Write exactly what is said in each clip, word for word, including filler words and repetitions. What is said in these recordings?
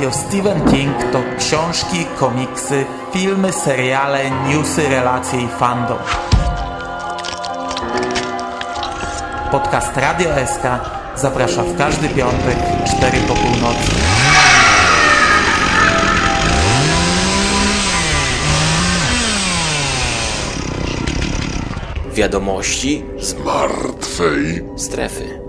Radio Stephen King to książki, komiksy, filmy, seriale, newsy, relacje i fandom. Podcast Radio S K zaprasza w każdy piątek, cztery po północy. Wiadomości z martwej strefy.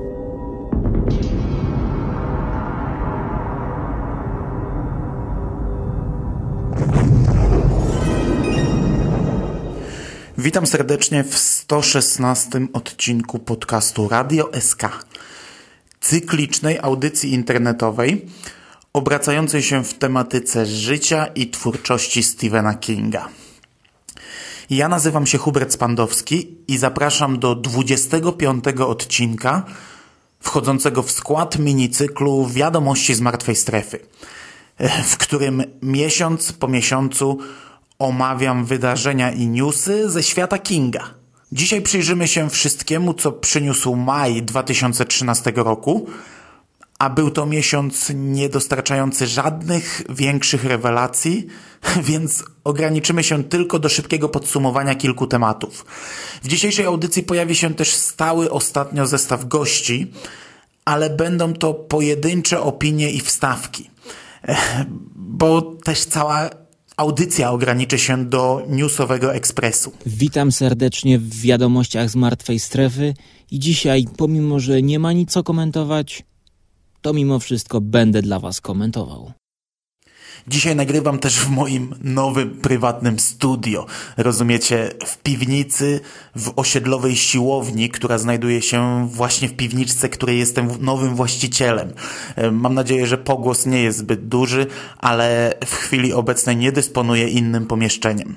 Witam serdecznie w sto szesnastym odcinku podcastu Radio S K, cyklicznej audycji internetowej obracającej się w tematyce życia i twórczości Stephena Kinga. Ja nazywam się Hubert Spandowski i zapraszam do dwudziestego piątego odcinka wchodzącego w skład minicyklu Wiadomości z martwej strefy, w którym miesiąc po miesiącu omawiam wydarzenia i newsy ze świata Kinga. Dzisiaj przyjrzymy się wszystkiemu, co przyniósł maj dwa tysiące trzynastego roku, a był to miesiąc nie dostarczający żadnych większych rewelacji, więc ograniczymy się tylko do szybkiego podsumowania kilku tematów. W dzisiejszej audycji pojawi się też stały ostatnio zestaw gości, ale będą to pojedyncze opinie i wstawki, bo też cała audycja ograniczy się do newsowego ekspresu. Witam serdecznie w Wiadomościach z martwej strefy i dzisiaj, pomimo że nie ma nic co komentować, to mimo wszystko będę dla was komentował. Dzisiaj nagrywam też w moim nowym, prywatnym studio. Rozumiecie, w piwnicy, w osiedlowej siłowni, która znajduje się właśnie w piwniczce, której jestem nowym właścicielem. Mam nadzieję, że pogłos nie jest zbyt duży, ale w chwili obecnej nie dysponuję innym pomieszczeniem.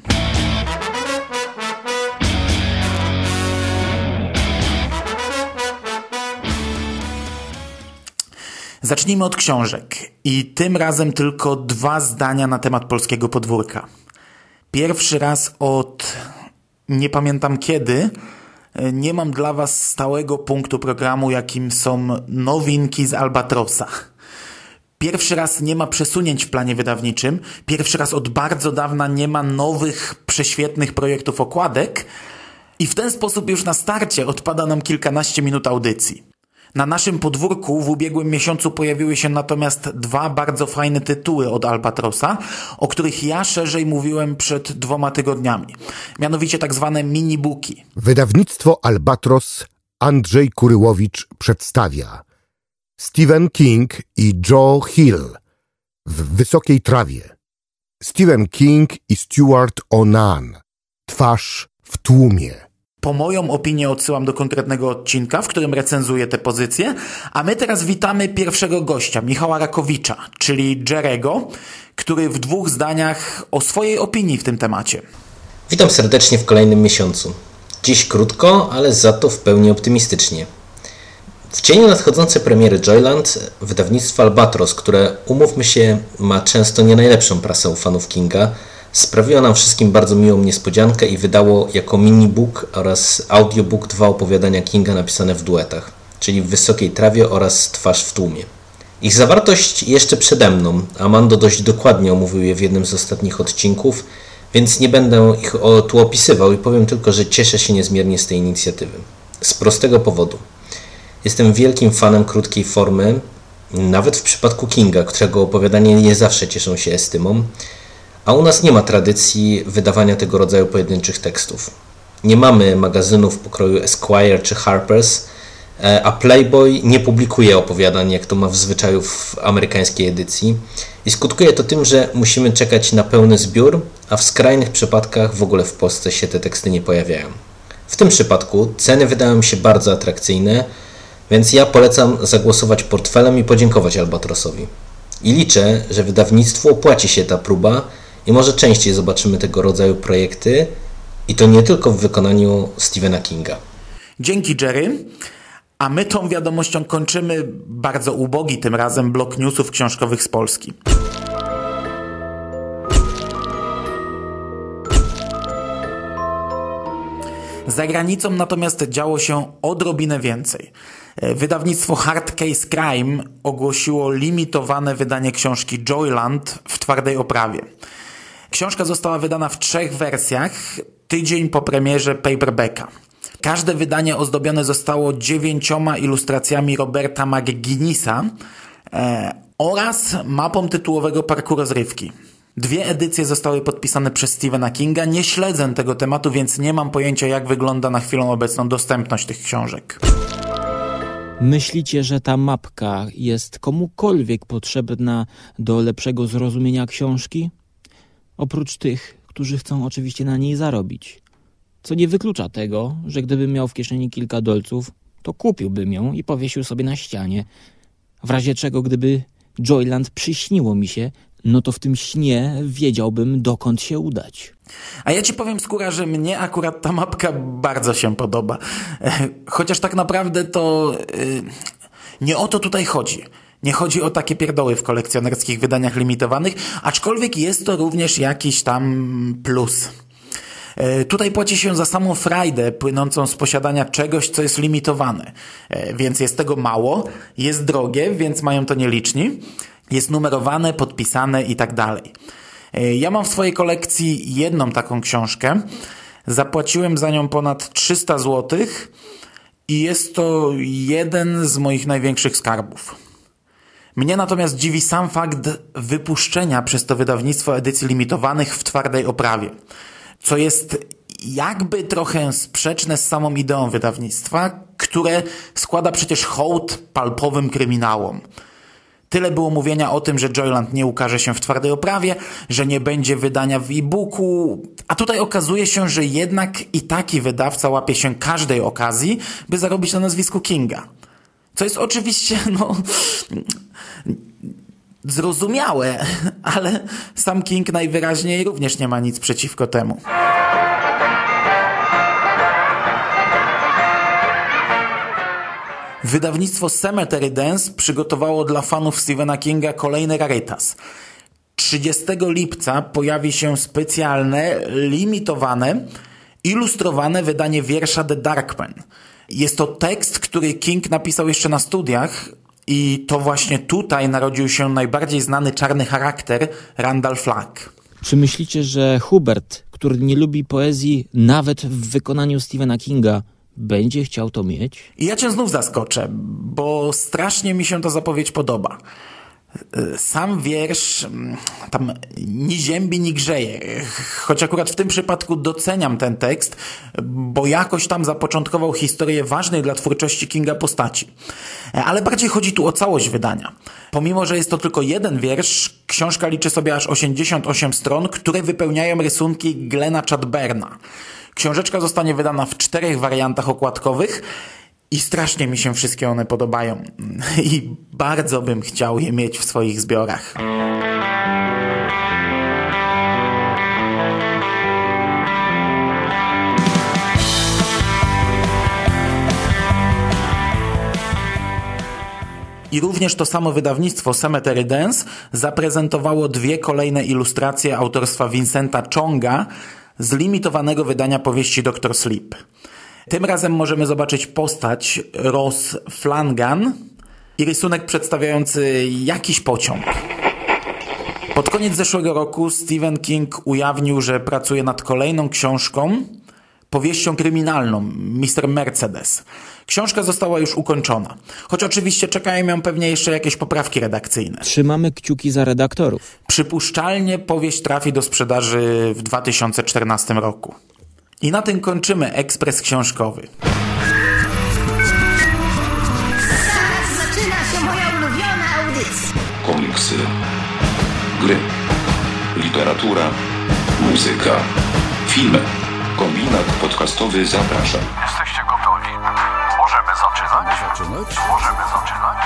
Zacznijmy od książek i tym razem tylko dwa zdania na temat polskiego podwórka. Pierwszy raz od nie pamiętam kiedy nie mam dla was stałego punktu programu, jakim są nowinki z Albatrosa. Pierwszy raz nie ma przesunięć w planie wydawniczym, pierwszy raz od bardzo dawna nie ma nowych, prześwietnych projektów okładek i w ten sposób już na starcie odpada nam kilkanaście minut audycji. Na naszym podwórku w ubiegłym miesiącu pojawiły się natomiast dwa bardzo fajne tytuły od Albatrosa, o których ja szerzej mówiłem przed dwoma tygodniami. Mianowicie tak zwane minibooki. Wydawnictwo Albatros Andrzej Kuryłowicz przedstawia Stephen King i Joe Hill w Wysokiej trawie. Stephen King i Stuart Onan. Twarz w tłumie. Po moją opinię odsyłam do konkretnego odcinka, w którym recenzuję te pozycje, a my teraz witamy pierwszego gościa, Michała Rakowicza, czyli Jerego, który w dwóch zdaniach o swojej opinii w tym temacie. Witam serdecznie w kolejnym miesiącu. Dziś krótko, ale za to w pełni optymistycznie. W cieniu nadchodzącej premiery Joyland wydawnictwo Albatros, które, umówmy się, ma często nie najlepszą prasę u fanów Kinga, sprawiło nam wszystkim bardzo miłą niespodziankę i wydało jako minibook oraz audiobook dwa opowiadania Kinga napisane w duetach, czyli w Wysokiej trawie oraz Twarz w tłumie. Ich zawartość jeszcze przede mną, a Mando dość dokładnie omówił je w jednym z ostatnich odcinków, więc nie będę ich tu opisywał i powiem tylko, że cieszę się niezmiernie z tej inicjatywy. Z prostego powodu. Jestem wielkim fanem krótkiej formy, nawet w przypadku Kinga, którego opowiadania nie zawsze cieszą się estymą, a u nas nie ma tradycji wydawania tego rodzaju pojedynczych tekstów. Nie mamy magazynów pokroju Esquire czy Harper's, a Playboy nie publikuje opowiadań, jak to ma w zwyczaju w amerykańskiej edycji. I skutkuje to tym, że musimy czekać na pełny zbiór, a w skrajnych przypadkach w ogóle w Polsce się te teksty nie pojawiają. W tym przypadku ceny wydają mi się bardzo atrakcyjne, więc ja polecam zagłosować portfelem i podziękować Albatrosowi. I liczę, że wydawnictwu opłaci się ta próba, i może częściej zobaczymy tego rodzaju projekty i to nie tylko w wykonaniu Stephena Kinga. Dzięki, Jerry. A my tą wiadomością kończymy bardzo ubogi tym razem blok newsów książkowych z Polski. Za granicą natomiast działo się odrobinę więcej. Wydawnictwo Hard Case Crime ogłosiło limitowane wydanie książki Joyland w twardej oprawie. Książka została wydana w trzech wersjach, tydzień po premierze paperbacka. Każde wydanie ozdobione zostało dziewięcioma ilustracjami Roberta McGuinnessa e, oraz mapą tytułowego parku rozrywki. Dwie edycje zostały podpisane przez Stephena Kinga. Nie śledzę tego tematu, więc nie mam pojęcia, jak wygląda na chwilę obecną dostępność tych książek. Myślicie, że ta mapka jest komukolwiek potrzebna do lepszego zrozumienia książki? Oprócz tych, którzy chcą oczywiście na niej zarobić. Co nie wyklucza tego, że gdybym miał w kieszeni kilka dolców, to kupiłbym ją i powiesił sobie na ścianie. W razie czego, gdyby Joyland przyśniło mi się, no to w tym śnie wiedziałbym, dokąd się udać. A ja ci powiem, Skóra, że mnie akurat ta mapka bardzo się podoba. Chociaż tak naprawdę to yy, nie o to tutaj chodzi. Nie chodzi o takie pierdoły w kolekcjonerskich wydaniach limitowanych, aczkolwiek jest to również jakiś tam plus. Yy, tutaj płaci się za samą frajdę płynącą z posiadania czegoś, co jest limitowane. Yy, więc jest tego mało, jest drogie, więc mają to nieliczni. Jest numerowane, podpisane i tak dalej. Ja mam w swojej kolekcji jedną taką książkę. Zapłaciłem za nią ponad trzysta złotych i jest to jeden z moich największych skarbów. Mnie natomiast dziwi sam fakt wypuszczenia przez to wydawnictwo edycji limitowanych w twardej oprawie, co jest jakby trochę sprzeczne z samą ideą wydawnictwa, które składa przecież hołd pulpowym kryminałom. Tyle było mówienia o tym, że Joyland nie ukaże się w twardej oprawie, że nie będzie wydania w e-booku, a tutaj okazuje się, że jednak i taki wydawca łapie się każdej okazji, by zarobić na nazwisku Kinga. Co jest oczywiście, no, zrozumiałe, ale sam King najwyraźniej również nie ma nic przeciwko temu. Wydawnictwo Cemetery Dance przygotowało dla fanów Stephena Kinga kolejny rarytas. trzydziestego lipca pojawi się specjalne, limitowane, ilustrowane wydanie wiersza The Darkman. Jest to tekst, który King napisał jeszcze na studiach i to właśnie tutaj narodził się najbardziej znany czarny charakter Randall Flagg. Czy myślicie, że Hubert, który nie lubi poezji nawet w wykonaniu Stephena Kinga, będzie chciał to mieć? I ja cię znów zaskoczę, bo strasznie mi się ta zapowiedź podoba. Sam wiersz tam ni ziębi, ni grzeje. Choć akurat w tym przypadku doceniam ten tekst, bo jakoś tam zapoczątkował historię ważnej dla twórczości Kinga postaci. Ale bardziej chodzi tu o całość wydania. Pomimo, że jest to tylko jeden wiersz, książka liczy sobie aż osiemdziesiąt osiem stron, które wypełniają rysunki Glena Chadberna. Książeczka zostanie wydana w czterech wariantach okładkowych i strasznie mi się wszystkie one podobają. I bardzo bym chciał je mieć w swoich zbiorach. I również to samo wydawnictwo Cemetery Dance zaprezentowało dwie kolejne ilustracje autorstwa Vincenta Chonga z limitowanego wydania powieści doktor Sleep. Tym razem możemy zobaczyć postać Rose Flanagan i rysunek przedstawiający jakiś pociąg. Pod koniec zeszłego roku Stephen King ujawnił, że pracuje nad kolejną książką, powieścią kryminalną mister Mercedes. Książka została już ukończona, choć oczywiście czekają ją pewnie jeszcze jakieś poprawki redakcyjne. Trzymamy kciuki za redaktorów. Przypuszczalnie powieść trafi do sprzedaży w dwa tysiące czternastym roku. I na tym kończymy ekspres książkowy. Zaraz zaczyna się moja ulubiona audycja. Komiksy, gry, literatura, muzyka, filmy. Kombinat podcastowy zaprasza. Jesteście gotowi? Możemy zaczynać? zaczynać? Możemy zaczynać?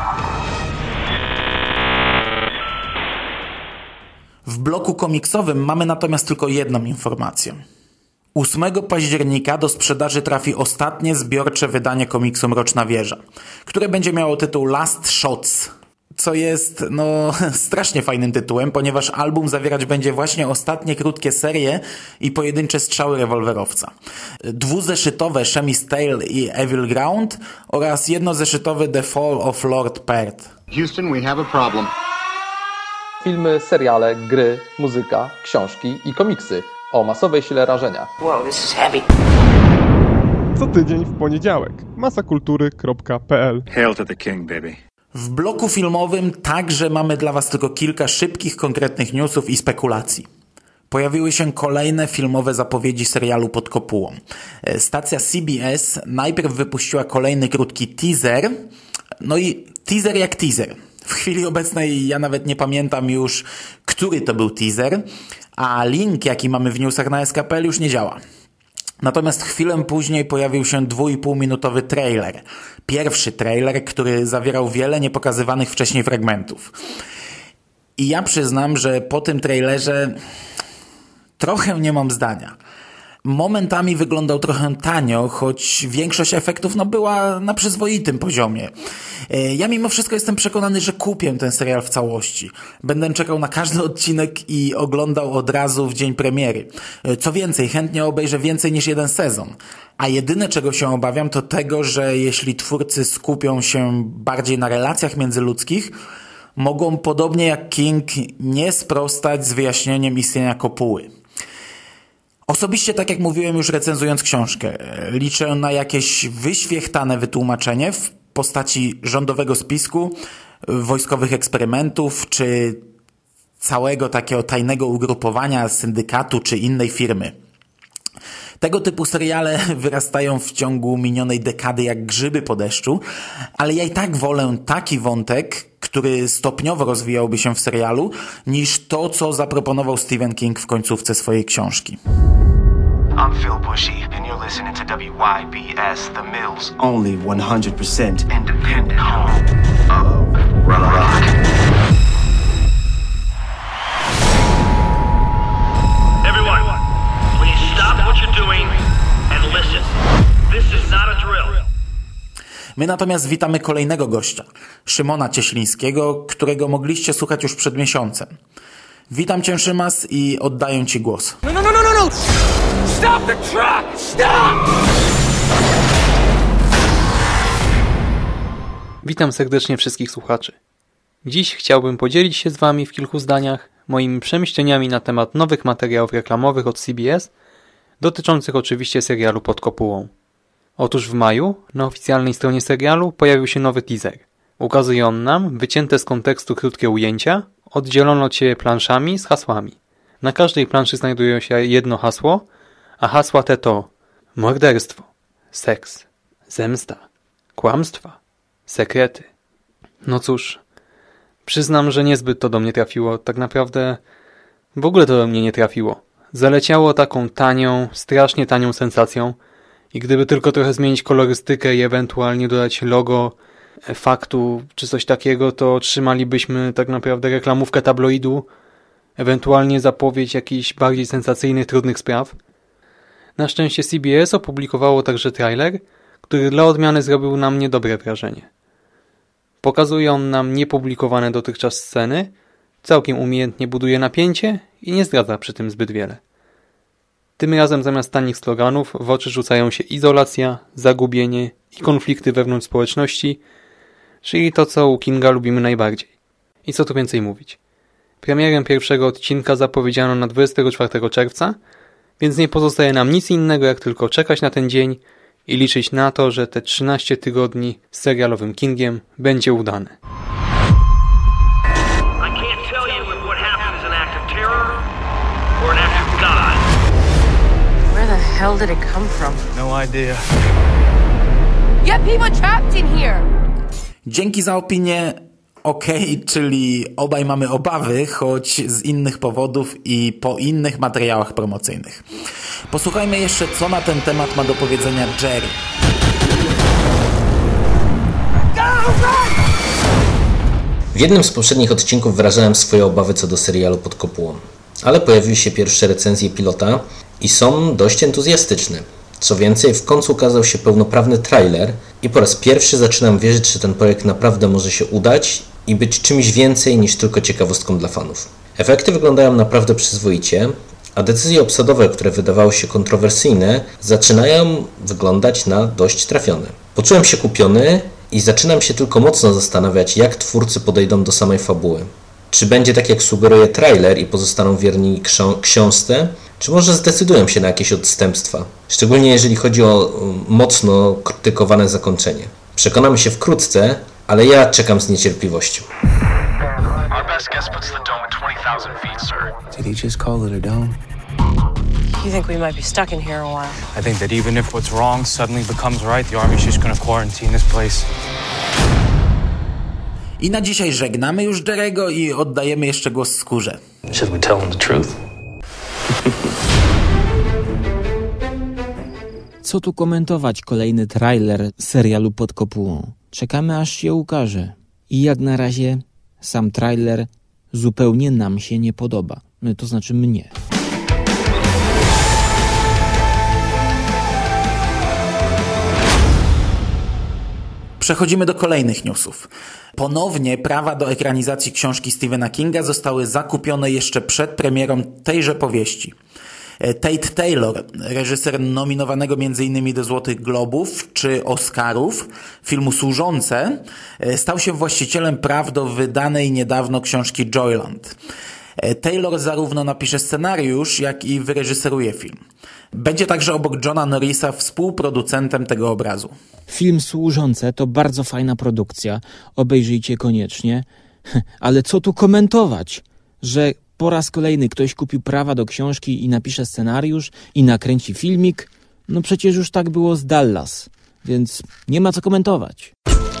W bloku komiksowym mamy natomiast tylko jedną informację. ósmego października do sprzedaży trafi ostatnie zbiorcze wydanie komiksu Mroczna Wieża, które będzie miało tytuł Last Shots. co jest no strasznie fajnym tytułem, ponieważ album zawierać będzie właśnie ostatnie krótkie serie i pojedyncze strzały rewolwerowca. Dwuzeszytowe Shami's Tale i Evil Ground oraz jednozeszytowy The Fall of Lord Peart. Houston, we have a problem. Filmy, seriale, gry, muzyka, książki i komiksy o masowej sile rażenia. Wow, this is heavy. Co tydzień w poniedziałek. masakultury kropka p l. Hail to the king, baby. W bloku filmowym także mamy dla Was tylko kilka szybkich, konkretnych newsów i spekulacji. Pojawiły się kolejne filmowe zapowiedzi serialu Pod kopułą. Stacja C B S najpierw wypuściła kolejny krótki teaser, no i teaser jak teaser. W chwili obecnej ja nawet nie pamiętam już, który to był teaser, a link, jaki mamy w newsach na S K P L już nie działa. Natomiast chwilę później pojawił się dwuipółminutowy trailer. Pierwszy trailer, który zawierał wiele niepokazywanych wcześniej fragmentów. I ja przyznam, że po tym trailerze trochę nie mam zdania. Momentami wyglądał trochę tanio, choć większość efektów no, była na przyzwoitym poziomie. Ja mimo wszystko jestem przekonany, że kupię ten serial w całości. Będę czekał na każdy odcinek i oglądał od razu w dzień premiery. Co więcej, chętnie obejrzę więcej niż jeden sezon. A jedyne, czego się obawiam, to tego, że jeśli twórcy skupią się bardziej na relacjach międzyludzkich, mogą podobnie jak King nie sprostać z wyjaśnieniem istnienia kopuły. Osobiście, tak jak mówiłem już recenzując książkę, liczę na jakieś wyświechtane wytłumaczenie w postaci rządowego spisku, wojskowych eksperymentów, czy całego takiego tajnego ugrupowania, syndykatu, czy innej firmy. Tego typu seriale wyrastają w ciągu minionej dekady jak grzyby po deszczu, ale ja i tak wolę taki wątek, który stopniowo rozwijałby się w serialu, niż to, co zaproponował Stephen King w końcówce swojej książki. I'm Phil Bushy, and you're listening to W Y B S The Mills, only one hundred percent independent home of rock. Everyone, please stop what you're doing and listen. This is not a drill. My natomiast witamy kolejnego gościa, Szymona Cieślińskiego, którego mogliście słuchać już przed miesiącem. Witam Cię, Szymas, i oddaję Ci głos. No, no, no, no, no! Stop the truck! Stop! Witam serdecznie wszystkich słuchaczy. Dziś chciałbym podzielić się z Wami w kilku zdaniach moimi przemyśleniami na temat nowych materiałów reklamowych od C B S, dotyczących oczywiście serialu Pod kopułą. Otóż w maju na oficjalnej stronie serialu pojawił się nowy teaser. Ukazuje on nam wycięte z kontekstu krótkie ujęcia, oddzielone od siebie planszami z hasłami. Na każdej planszy znajduje się jedno hasło, a hasła te to morderstwo, seks, zemsta, kłamstwa, sekrety. No cóż, przyznam, że niezbyt to do mnie trafiło. Tak naprawdę w ogóle to do mnie nie trafiło. Zaleciało taką tanią, strasznie tanią sensacją i gdyby tylko trochę zmienić kolorystykę i ewentualnie dodać logo, faktu czy coś takiego, to otrzymalibyśmy tak naprawdę reklamówkę tabloidu, ewentualnie zapowiedź jakichś bardziej sensacyjnych, trudnych spraw. Na szczęście C B S opublikowało także trailer, który dla odmiany zrobił na mnie dobre wrażenie. Pokazuje on nam niepublikowane dotychczas sceny, całkiem umiejętnie buduje napięcie i nie zdradza przy tym zbyt wiele. Tym razem zamiast tanich sloganów w oczy rzucają się izolacja, zagubienie i konflikty wewnątrz społeczności, czyli to, co u Kinga lubimy najbardziej. I co tu więcej mówić. Premierę pierwszego odcinka zapowiedziano na dwudziestego czwartego czerwca, więc nie pozostaje nam nic innego, jak tylko czekać na ten dzień i liczyć na to, że te trzynaście tygodni z serialowym Kingiem będzie udane. Where the hell did it come from? No idea. Yet people trapped in here. Dzięki za opinię. Okej, okay, czyli obaj mamy obawy, choć z innych powodów i po innych materiałach promocyjnych. Posłuchajmy jeszcze, co na ten temat ma do powiedzenia Jerry. W jednym z poprzednich odcinków wyrażałem swoje obawy co do serialu Pod kopułą, ale pojawiły się pierwsze recenzje pilota i są dość entuzjastyczne. Co więcej, w końcu ukazał się pełnoprawny trailer i po raz pierwszy zaczynam wierzyć, że ten projekt naprawdę może się udać i być czymś więcej niż tylko ciekawostką dla fanów. Efekty wyglądają naprawdę przyzwoicie, a decyzje obsadowe, które wydawały się kontrowersyjne, zaczynają wyglądać na dość trafione. Poczułem się kupiony i zaczynam się tylko mocno zastanawiać, jak twórcy podejdą do samej fabuły. Czy będzie tak, jak sugeruje trailer i pozostaną wierni ksią- książce, czy może zdecydują się na jakieś odstępstwa, szczególnie jeżeli chodzi o mocno krytykowane zakończenie. Przekonamy się wkrótce, ale ja czekam z niecierpliwością. Our best guess puts the dome at twenty thousand feet, sir. Did he just call it a dome? You think we might be stuck in here a while? I think that even if what's wrong suddenly becomes right, the Army's just gonna quarantine this place. I na dzisiaj żegnamy już Jerego i oddajemy jeszcze głos Skórze. Should we tell him the truth? Co tu komentować kolejny trailer serialu Pod kopułą? Czekamy, aż się ukaże. I jak na razie sam trailer zupełnie nam się nie podoba. To znaczy mnie. Przechodzimy do kolejnych newsów. Ponownie prawa do ekranizacji książki Stephena Kinga zostały zakupione jeszcze przed premierą tejże powieści. Tate Taylor, reżyser nominowanego między innymi do Złotych Globów czy Oscarów filmu Służące, stał się właścicielem praw do wydanej niedawno książki Joyland. Taylor zarówno napisze scenariusz, jak i wyreżyseruje film. Będzie także obok Johna Norrisa współproducentem tego obrazu. Film Służące to bardzo fajna produkcja. Obejrzyjcie koniecznie. Ale co tu komentować? Że po raz kolejny ktoś kupił prawa do książki i napisze scenariusz i nakręci filmik? No przecież już tak było z Dallas, więc nie ma co komentować.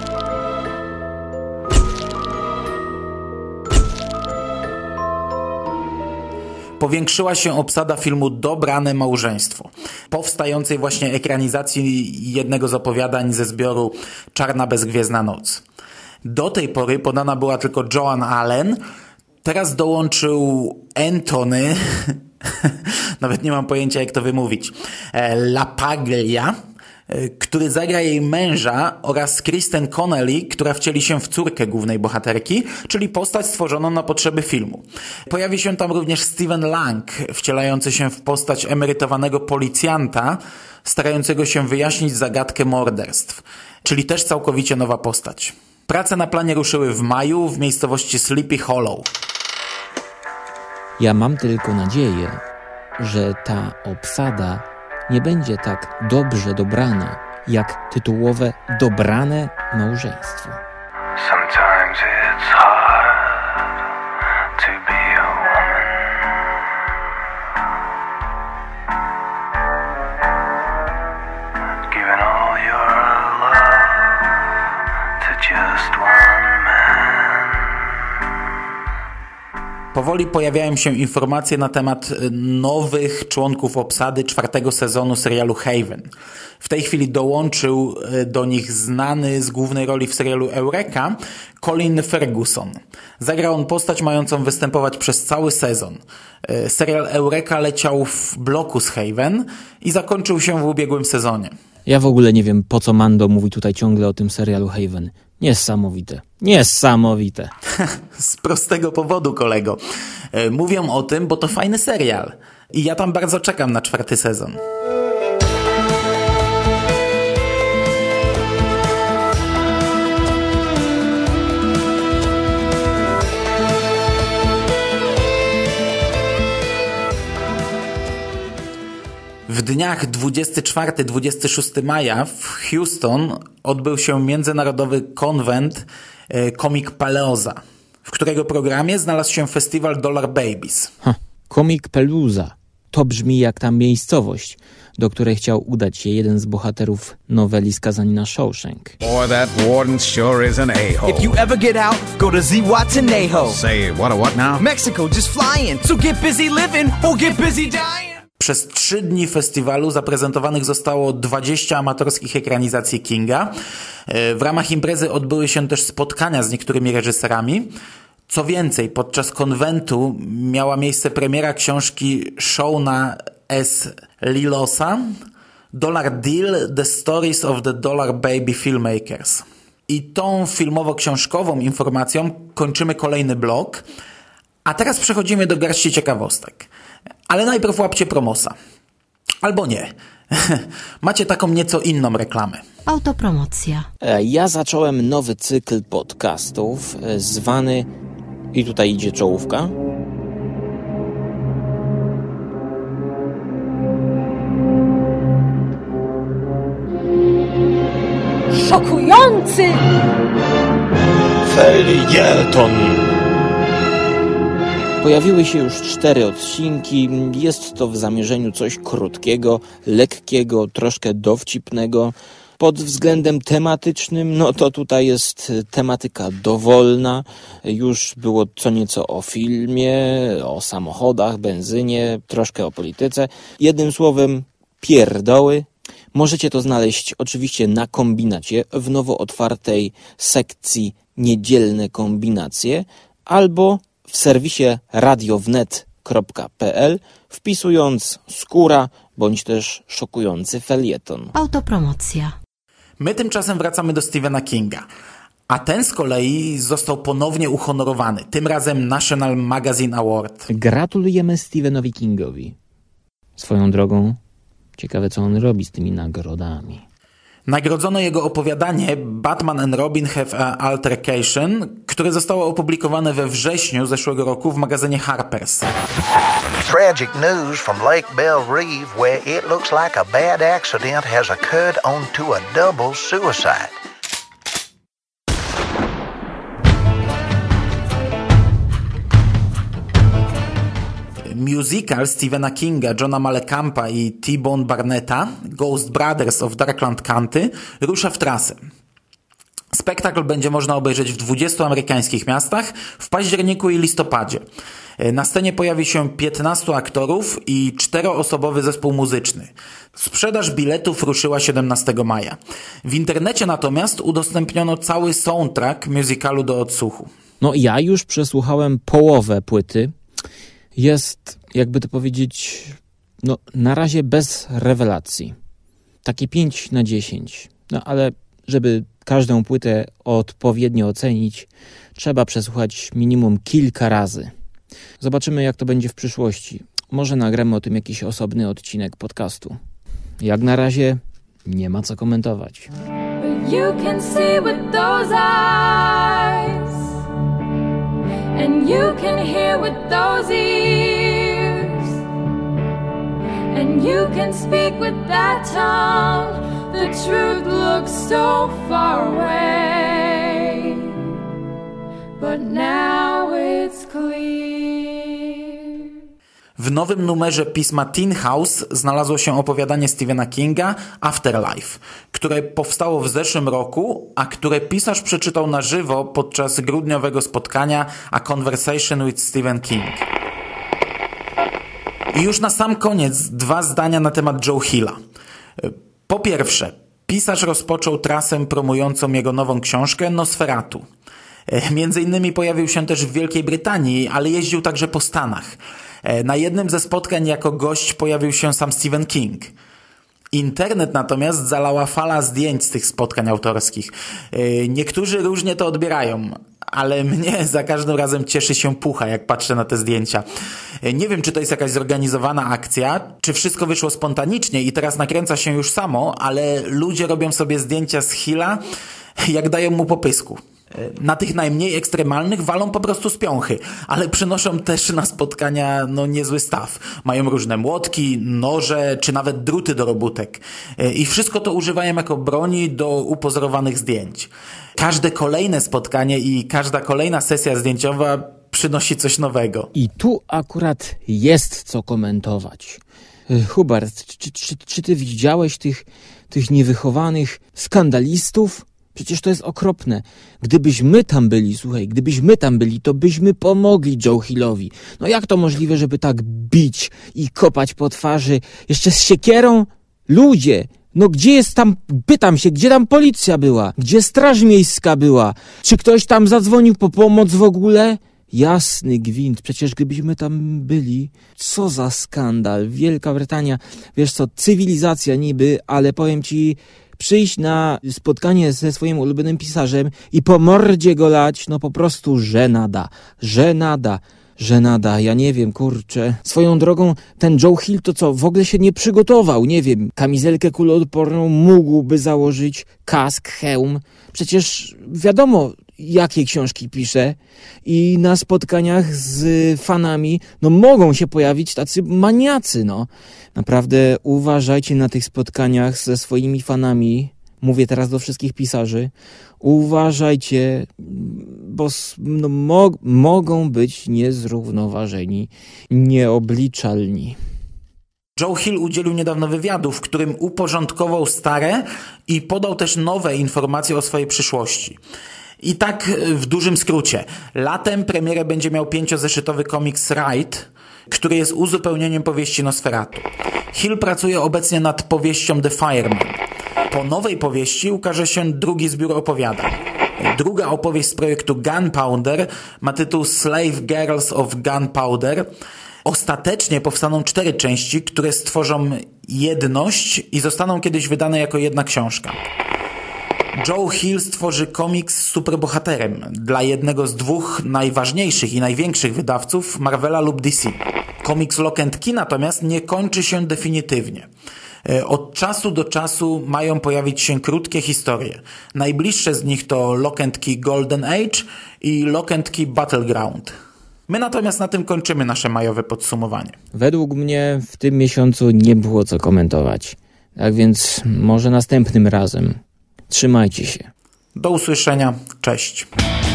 Powiększyła się obsada filmu Dobrane małżeństwo, powstającej właśnie ekranizacji jednego z opowiadań ze zbioru Czarna bezgwiezdna noc. Do tej pory podana była tylko Joan Allen, teraz dołączył Anthony, nawet nie mam pojęcia jak to wymówić, LaPaglia, który zagra jej męża, oraz Kristen Connelly, która wcieli się w córkę głównej bohaterki, czyli postać stworzoną na potrzeby filmu. Pojawi się tam również Stephen Lang, wcielający się w postać emerytowanego policjanta, starającego się wyjaśnić zagadkę morderstw, czyli też całkowicie nowa postać. Prace na planie ruszyły w maju w miejscowości Sleepy Hollow. Ja mam tylko nadzieję, że ta obsada nie będzie tak dobrze dobrana, jak tytułowe Dobrane małżeństwo. Sometimes it's hard to be a woman. Giving all your love to just one man. Powoli pojawiają się informacje na temat nowych członków obsady czwartego sezonu serialu Haven. W tej chwili dołączył do nich znany z głównej roli w serialu Eureka Colin Ferguson. Zagrał on postać mającą występować przez cały sezon. Serial Eureka leciał w bloku z Haven i zakończył się w ubiegłym sezonie. Ja w ogóle nie wiem, po co Mando mówi tutaj ciągle o tym serialu Haven. Niesamowite. Niesamowite. Z prostego powodu, kolego. Mówię o tym, bo to fajny serial. I ja tam bardzo czekam na czwarty sezon. W dniach dwudziestego czwartego do dwudziestego szóstego maja w Houston odbył się międzynarodowy konwent Comic Palooza, w którego programie znalazł się festiwal Dollar Babies. Ha, Comic Palooza. To brzmi jak ta miejscowość, do której chciał udać się jeden z bohaterów noweli Skazani na Shawshank. Boy, that warden sure is an a-hole. If you ever get out, go to Zihuatanejo. Say, what a what now? Mexico, just flying. So get busy living or get busy dying. Przez trzy dni festiwalu zaprezentowanych zostało dwadzieścia amatorskich ekranizacji Kinga. W ramach imprezy odbyły się też spotkania z niektórymi reżyserami. Co więcej, podczas konwentu miała miejsce premiera książki Shona S. Lilosa Dollar Deal – The Stories of the Dollar Baby Filmmakers. I tą filmowo-książkową informacją kończymy kolejny blok, a teraz przechodzimy do garści ciekawostek. Ale najpierw łapcie promosa. Albo nie. Macie taką nieco inną reklamę. Autopromocja. Ja zacząłem nowy cykl podcastów zwany, i tutaj idzie czołówka, Szokujący! Felieton. Pojawiły się już cztery odcinki. Jest to w zamierzeniu coś krótkiego, lekkiego, troszkę dowcipnego. Pod względem tematycznym, no to tutaj jest tematyka dowolna. Już było co nieco o filmie, o samochodach, benzynie, troszkę o polityce. Jednym słowem, pierdoły. Możecie to znaleźć oczywiście na Kombinacie w nowo otwartej sekcji Niedzielne kombinacje albo w serwisie radiownet kropka pe el wpisując skóra bądź też szokujący felieton. Autopromocja. My tymczasem wracamy do Stephena Kinga, a ten z kolei został ponownie uhonorowany, tym razem National Magazine Award. Gratulujemy Stephenowi Kingowi. Swoją drogą, ciekawe co on robi z tymi nagrodami. Nagrodzono jego opowiadanie Batman and Robin Have an Altercation, które zostało opublikowane we wrześniu zeszłego roku w magazynie Harper's. Tragic news from Lake Belle Reve, where it looks like a bad accident has occurred onto a double suicide. Musical Stephena Kinga, Johna Malekampa i T-Bone Barnetta, Ghost Brothers of Darkland County, rusza w trasę. Spektakl będzie można obejrzeć w dwudziestu amerykańskich miastach w październiku i listopadzie. Na scenie pojawi się piętnastu aktorów i czteroosobowy zespół muzyczny. Sprzedaż biletów ruszyła siedemnastego maja. W internecie natomiast udostępniono cały soundtrack musicalu do odsłuchu. No ja już przesłuchałem połowę płyty. Jest, jakby to powiedzieć, no na razie bez rewelacji. Takie pięć na dziesięć. No ale żeby każdą płytę odpowiednio ocenić, trzeba przesłuchać minimum kilka razy. Zobaczymy, jak to będzie w przyszłości. Może nagramy o tym jakiś osobny odcinek podcastu. Jak na razie nie ma co komentować. You can see with those eyes, and you can hear with those ears, and you can speak with that tongue. The truth looks so far away, but now it's clear. W nowym numerze pisma Teen House znalazło się opowiadanie Stephena Kinga Afterlife, które powstało w zeszłym roku, a które pisarz przeczytał na żywo podczas grudniowego spotkania A Conversation with Stephen King. I już na sam koniec dwa zdania na temat Joe Hilla. Po pierwsze, pisarz rozpoczął trasę promującą jego nową książkę Nosferatu. Między innymi pojawił się też w Wielkiej Brytanii, ale jeździł także po Stanach. Na jednym ze spotkań jako gość pojawił się sam Stephen King. Internet natomiast zalała fala zdjęć z tych spotkań autorskich. Niektórzy różnie to odbierają, ale mnie za każdym razem cieszy się pucha, jak patrzę na te zdjęcia. Nie wiem, czy to jest jakaś zorganizowana akcja, czy wszystko wyszło spontanicznie i teraz nakręca się już samo, ale ludzie robią sobie zdjęcia z Hilla, jak dają mu po pysku. Na tych najmniej ekstremalnych walą po prostu z piąchy, ale przynoszą też na spotkania no niezły staw. Mają różne młotki, noże, czy nawet druty do robótek. I wszystko to używają jako broni do upozorowanych zdjęć. Każde kolejne spotkanie i każda kolejna sesja zdjęciowa przynosi coś nowego. I tu akurat jest co komentować. Hubert, czy, czy, czy ty widziałeś tych, tych niewychowanych skandalistów? Przecież to jest okropne. Gdybyśmy tam byli, słuchaj, gdybyśmy tam byli, to byśmy pomogli Joe Hillowi. No jak to możliwe, żeby tak bić i kopać po twarzy? Jeszcze z siekierą? Ludzie! No gdzie jest tam, pytam się, gdzie tam policja była? Gdzie straż miejska była? Czy ktoś tam zadzwonił po pomoc w ogóle? Jasny gwint, przecież gdybyśmy tam byli, co za skandal. Wielka Brytania, wiesz co, cywilizacja niby, ale powiem ci, przyjść na spotkanie ze swoim ulubionym pisarzem i po mordzie go lać, no po prostu żenada, żenada. Żenada, ja nie wiem, kurczę. Swoją drogą, ten Joe Hill to co, w ogóle się nie przygotował, nie wiem. Kamizelkę kuloodporną mógłby założyć, kask, hełm. Przecież wiadomo, jakie książki pisze i na spotkaniach z fanami, no mogą się pojawić tacy maniacy, no. Naprawdę uważajcie na tych spotkaniach ze swoimi fanami. Mówię teraz do wszystkich pisarzy. Uważajcie, bo no, mo- mogą być niezrównoważeni, nieobliczalni. Joe Hill udzielił niedawno wywiadu, w którym uporządkował stare i podał też nowe informacje o swojej przyszłości. I tak w dużym skrócie. Latem premierę będzie miał pięciozeszytowy komiks Ride, który jest uzupełnieniem powieści Nosferatu. Hill pracuje obecnie nad powieścią The Fireman. Po nowej powieści ukaże się drugi zbiór opowiadań. Druga opowieść z projektu Gunpowder ma tytuł Slave Girls of Gunpowder. Ostatecznie powstaną cztery części, które stworzą jedność i zostaną kiedyś wydane jako jedna książka. Joe Hill stworzy komiks z superbohaterem dla jednego z dwóch najważniejszych i największych wydawców Marvela lub D C. Komiks Lock and Key natomiast nie kończy się definitywnie. Od czasu do czasu mają pojawić się krótkie historie. Najbliższe z nich to Lock and Key Golden Age i Lock and Key Battleground. My natomiast na tym kończymy nasze majowe podsumowanie. Według mnie w tym miesiącu nie było co komentować. Tak więc może następnym razem. Trzymajcie się. Do usłyszenia. Cześć.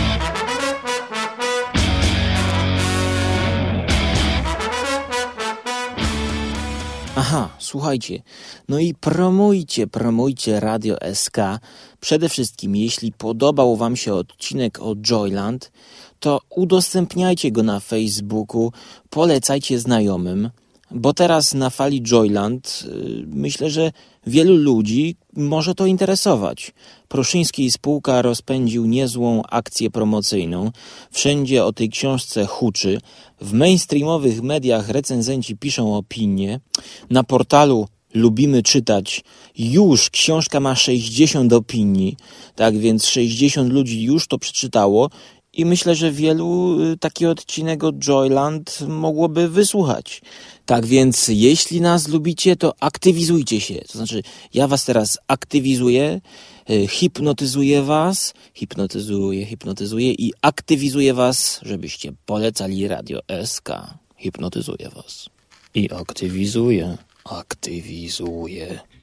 Aha, słuchajcie, no i promujcie, promujcie Radio S K. Przede wszystkim, jeśli podobał wam się odcinek o Joyland, to udostępniajcie go na Facebooku, polecajcie znajomym, bo teraz na fali Joyland yy, myślę, że wielu ludzi może to interesować. Pruszyński i spółka rozpędził niezłą akcję promocyjną. Wszędzie o tej książce huczy. W mainstreamowych mediach recenzenci piszą opinie. Na portalu Lubimy Czytać już książka ma sześćdziesiąt opinii. Tak więc sześćdziesiąt ludzi już to przeczytało i myślę, że wielu taki odcinek o Joyland mogłoby wysłuchać. Tak więc jeśli nas lubicie, to aktywizujcie się. To znaczy ja was teraz aktywizuję, hipnotyzuję was, hipnotyzuję, hipnotyzuję i aktywizuję was, żebyście polecali Radio S K. Hipnotyzuję was i aktywizuję, aktywizuję.